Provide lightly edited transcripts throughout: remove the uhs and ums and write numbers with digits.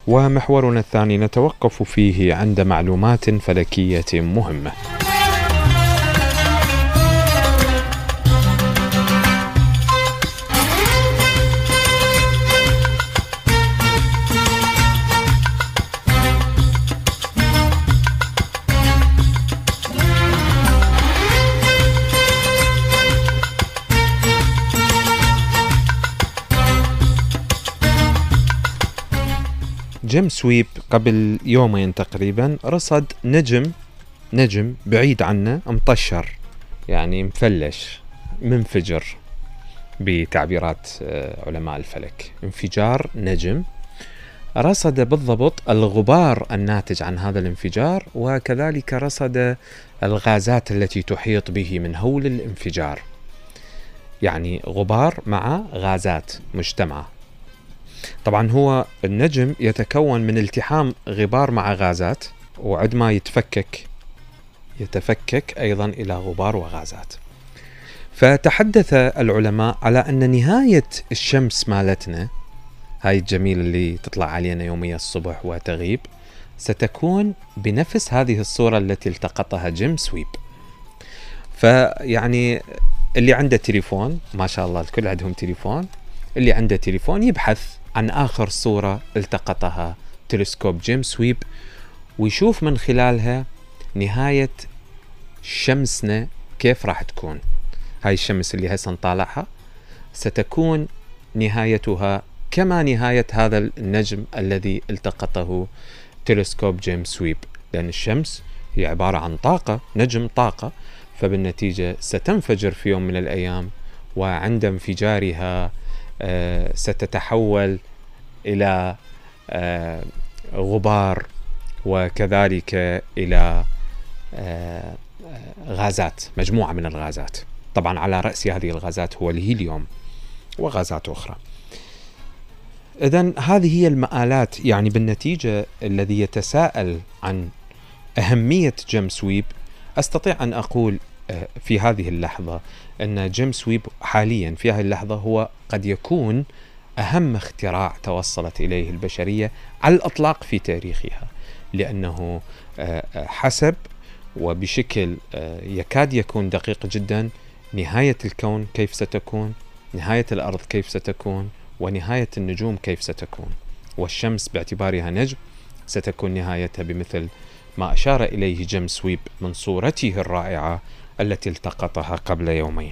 ومحورنا الثاني نتوقف فيه عند معلومات فلكية مهمة. جيمس ويب قبل يومين تقريبا رصد نجم بعيد عنه مطشر، يعني مفلش، منفجر بتعبيرات علماء الفلك، انفجار نجم. رصد بالضبط الغبار الناتج عن هذا الانفجار، وكذلك رصد الغازات التي تحيط به من هول الانفجار، يعني غبار مع غازات مجتمعة. طبعا هو النجم يتكون من التحام غبار مع غازات، وعندما يتفكك أيضا إلى غبار وغازات. فتحدث العلماء على أن نهاية الشمس مالتنا هاي الجميلة اللي تطلع علينا يوميا الصبح وتغيب ستكون بنفس هذه الصورة التي التقطها جيمس ويب. فيعني اللي عنده تليفون، ما شاء الله الكل عندهم تليفون، اللي عنده تليفون يبحث عن آخر صورة التقطها تلسكوب جيمس ويب ويشوف من خلالها نهاية شمسنا كيف راح تكون. هاي الشمس اللي هسه نطالعها ستكون نهايتها كما نهاية هذا النجم الذي التقطه تلسكوب جيمس ويب، لأن الشمس هي عبارة عن طاقة، نجم طاقة، فبالنتيجة ستنفجر في يوم من الأيام، وعند انفجارها ستتحول إلى غبار وكذلك إلى غازات، مجموعة من الغازات. طبعا على رأس هذه الغازات هو الهيليوم وغازات أخرى. إذن هذه هي المآلات، يعني بالنتيجة الذي يتساءل عن أهمية جيمس ويب، أستطيع أن أقول في هذه اللحظة أن جيمس ويب حاليا في هذه اللحظة هو قد يكون أهم اختراع توصلت إليه البشرية على الإطلاق في تاريخها، لأنه حسب وبشكل يكاد يكون دقيق جدا نهاية الكون كيف ستكون، نهاية الأرض كيف ستكون، ونهاية النجوم كيف ستكون، والشمس باعتبارها نجم ستكون نهايتها بمثل ما أشار إليه جيمس ويب من صورته الرائعة التي التقطها قبل يومين.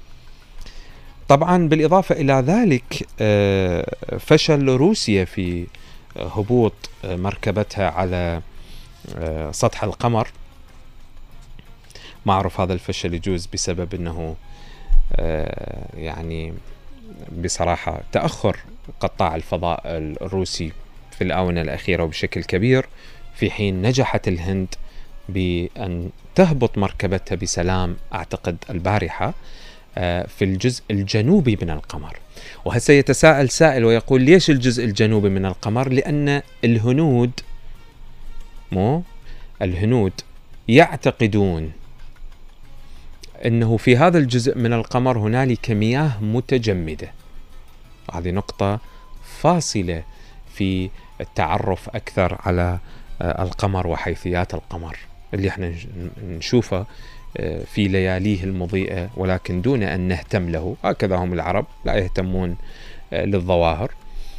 طبعا بالإضافة إلى ذلك فشل روسيا في هبوط مركبتها على سطح القمر. ما أعرف هذا الفشل يجوز بسبب أنه يعني بصراحة تأخر قطاع الفضاء الروسي في الآونة الأخيرة وبشكل كبير، في حين نجحت الهند بأن تهبط مركبتها بسلام أعتقد البارحة في الجزء الجنوبي من القمر. وهسه يتساءل سائل ويقول ليش الجزء الجنوبي من القمر؟ لأن الهنود يعتقدون أنه في هذا الجزء من القمر هنالك مياه متجمدة. هذه نقطة فاصلة في التعرف أكثر على القمر وحيثيات القمر اللي احنا نشوفه في لياليه المضيئة، ولكن دون أن نهتم له. هكذا هم العرب لا يهتمون للظواهر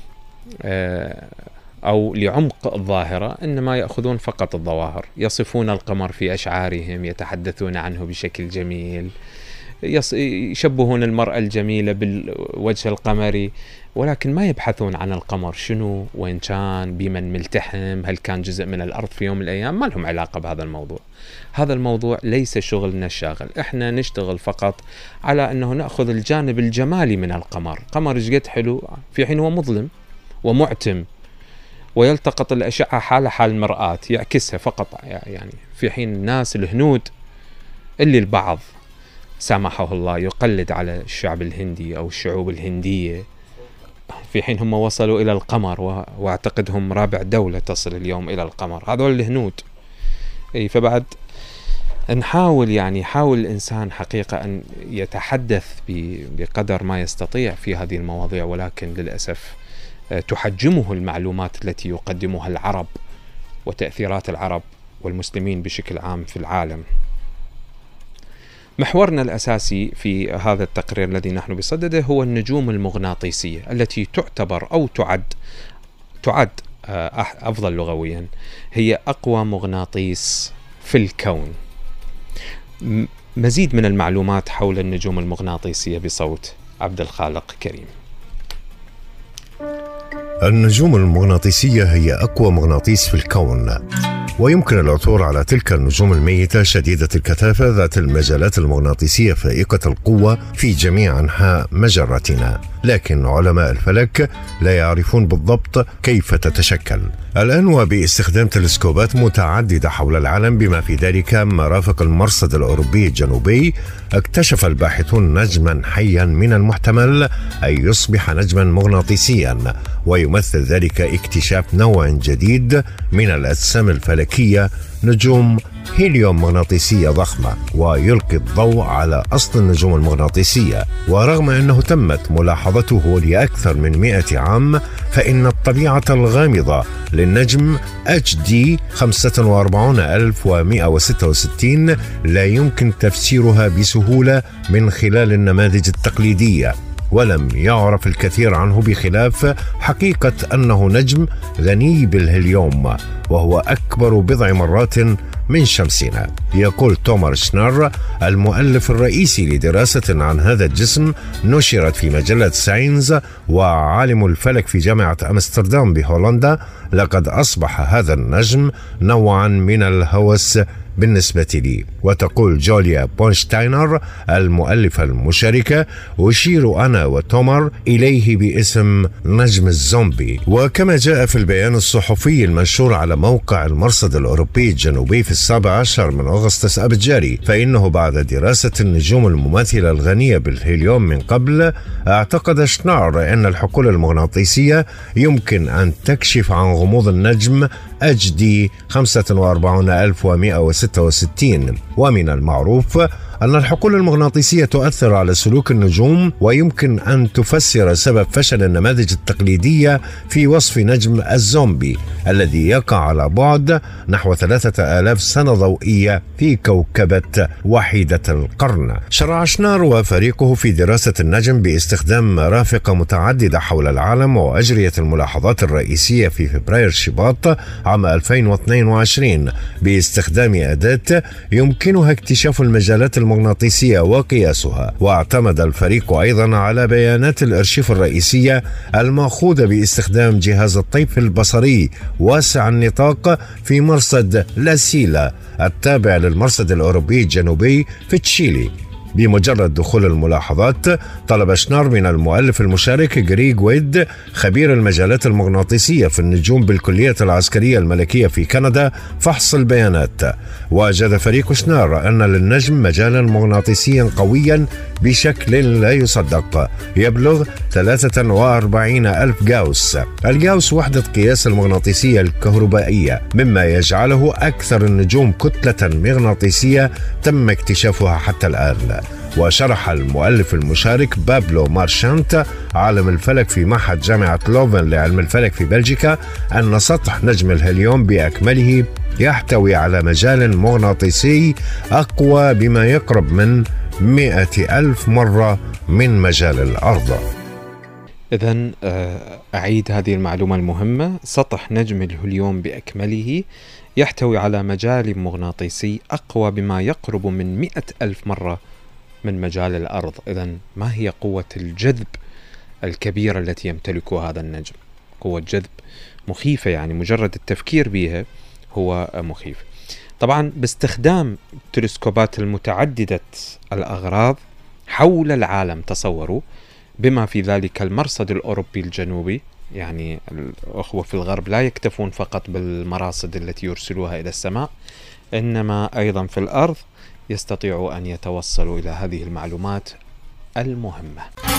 أو لعمق الظاهرة، إنما يأخذون فقط الظواهر، يصفون القمر في أشعارهم، يتحدثون عنه بشكل جميل، يشبهون المرأة الجميلة بالوجه القمري، ولكن ما يبحثون عن القمر شنو، وين كان، بمن ملتحم، هل كان جزء من الأرض في يوم من الأيام. ما لهم علاقة بهذا الموضوع. هذا الموضوع ليس شغلنا الشاغل. إحنا نشتغل فقط على أنه نأخذ الجانب الجمالي من القمر. قمر جد حلو في حين هو مظلم ومعتم، ويلتقط الأشعة حال المرآة يعكسها فقط، يعني في حين الناس الهنود اللي البعض سامحه الله يقلد على الشعب الهندي أو الشعوب الهندية، في حين هم وصلوا إلى القمر واعتقدهم رابع دولة تصل اليوم إلى القمر، هذول الهنود. فبعد حاول الإنسان حقيقة أن يتحدث بقدر ما يستطيع في هذه المواضيع، ولكن للأسف تحجمه المعلومات التي يقدمها العرب وتأثيرات العرب والمسلمين بشكل عام في العالم. محورنا الأساسي في هذا التقرير الذي نحن بصدده هو النجوم المغناطيسية التي تعتبر أو تعد أفضل لغويا هي أقوى مغناطيس في الكون. مزيد من المعلومات حول النجوم المغناطيسية بصوت عبد الخالق كريم. النجوم المغناطيسية هي أقوى مغناطيس في الكون، ويمكن العثور على تلك النجوم الميتة شديدة الكثافة ذات المجالات المغناطيسية فائقة القوة في جميع أنحاء مجرتنا، لكن علماء الفلك لا يعرفون بالضبط كيف تتشكل. الآن وباستخدام تلسكوبات متعددة حول العالم بما في ذلك مرافق المرصد الأوروبي الجنوبي، اكتشف الباحثون نجما حيا من المحتمل أن يصبح نجما مغناطيسيا، ويمثل ذلك اكتشاف نوع جديد من الأجسام الفلكية، نجوم هيليوم مغناطيسية ضخمة، ويلقي الضوء على أصل النجوم المغناطيسية. ورغم أنه تمت ملاحظته لأكثر من 100 عام، فإن الطبيعة الغامضة للنجم HD 45166 لا يمكن تفسيرها بسهولة من خلال النماذج التقليدية، ولم يعرف الكثير عنه بخلاف حقيقة أنه نجم غني بالهيليوم، وهو أكبر بضع مرات من شمسنا. يقول تومار شنار المؤلف الرئيسي لدراسة عن هذا الجسم نشرت في مجلة ساينز وعالم الفلك في جامعة أمستردام بهولندا: لقد أصبح هذا النجم نوعا من الهوس بالنسبة لي. وتقول جوليا بونشتاينر المؤلفة المشاركة: أشير أنا وتومر إليه باسم نجم الزومبي. وكما جاء في البيان الصحفي المنشور على موقع المرصد الأوروبي الجنوبي في 17 من أغسطس أب الجاري، فإنه بعد دراسة النجوم المماثلة الغنية بالهيليوم من قبل، اعتقد شنار أن الحقول المغناطيسية يمكن أن تكشف عن غموض النجم HD 45166. ومن المعروف أن الحقول المغناطيسية تؤثر على سلوك النجوم، ويمكن أن تفسر سبب فشل النماذج التقليدية في وصف نجم الزومبي الذي يقع على بعد نحو 3000 سنة ضوئية في كوكبة وحيدة القرن. شرع شنار وفريقه في دراسة النجم باستخدام مرافق متعددة حول العالم، وأجريت الملاحظات الرئيسية في فبراير شباط عام 2022 باستخدام أداة يمكنها اكتشاف المجالات المغناطيسية وقياسها. واعتمد الفريق أيضا على بيانات الأرشيف الرئيسية المأخوذة باستخدام جهاز الطيف البصري واسع النطاق في مرصد لاسيلا التابع للمرصد الأوروبي الجنوبي في تشيلي. بمجرد دخول الملاحظات، طلب شنار من المؤلف المشارك غريغ ويد خبير المجالات المغناطيسية في النجوم بالكلية العسكرية الملكية في كندا فحص البيانات. وجد فريق شنار أن للنجم مجالا مغناطيسيا قويا بشكل لا يصدق يبلغ 43,000 جاوس. الجاوس وحدة قياس المغناطيسية الكهربائية، مما يجعله أكثر النجوم كتلة مغناطيسية تم اكتشافها حتى الآن. وشرح المؤلف المشارك بابلو مارشانت عالم الفلك في معهد جامعة لوفن لعلم الفلك في بلجيكا أن سطح نجم الهيليوم بأكمله يحتوي على مجال مغناطيسي أقوى بما يقرب من 100,000 مرة من مجال الأرض. إذن أعيد هذه المعلومة المهمة: سطح نجم الهيليوم بأكمله يحتوي على مجال مغناطيسي أقوى بما يقرب من 100,000 مرة من مجال الأرض. إذن ما هي قوة الجذب الكبيرة التي يمتلكها هذا النجم؟ قوة جذب مخيفة، يعني مجرد التفكير بها هو مخيف. طبعا باستخدام التلسكوبات المتعددة الأغراض حول العالم، تصوروا، بما في ذلك المرصد الأوروبي الجنوبي، يعني الأخوة في الغرب لا يكتفون فقط بالمراصد التي يرسلوها إلى السماء، إنما أيضا في الأرض يستطيعوا أن يتوصلوا إلى هذه المعلومات المهمة.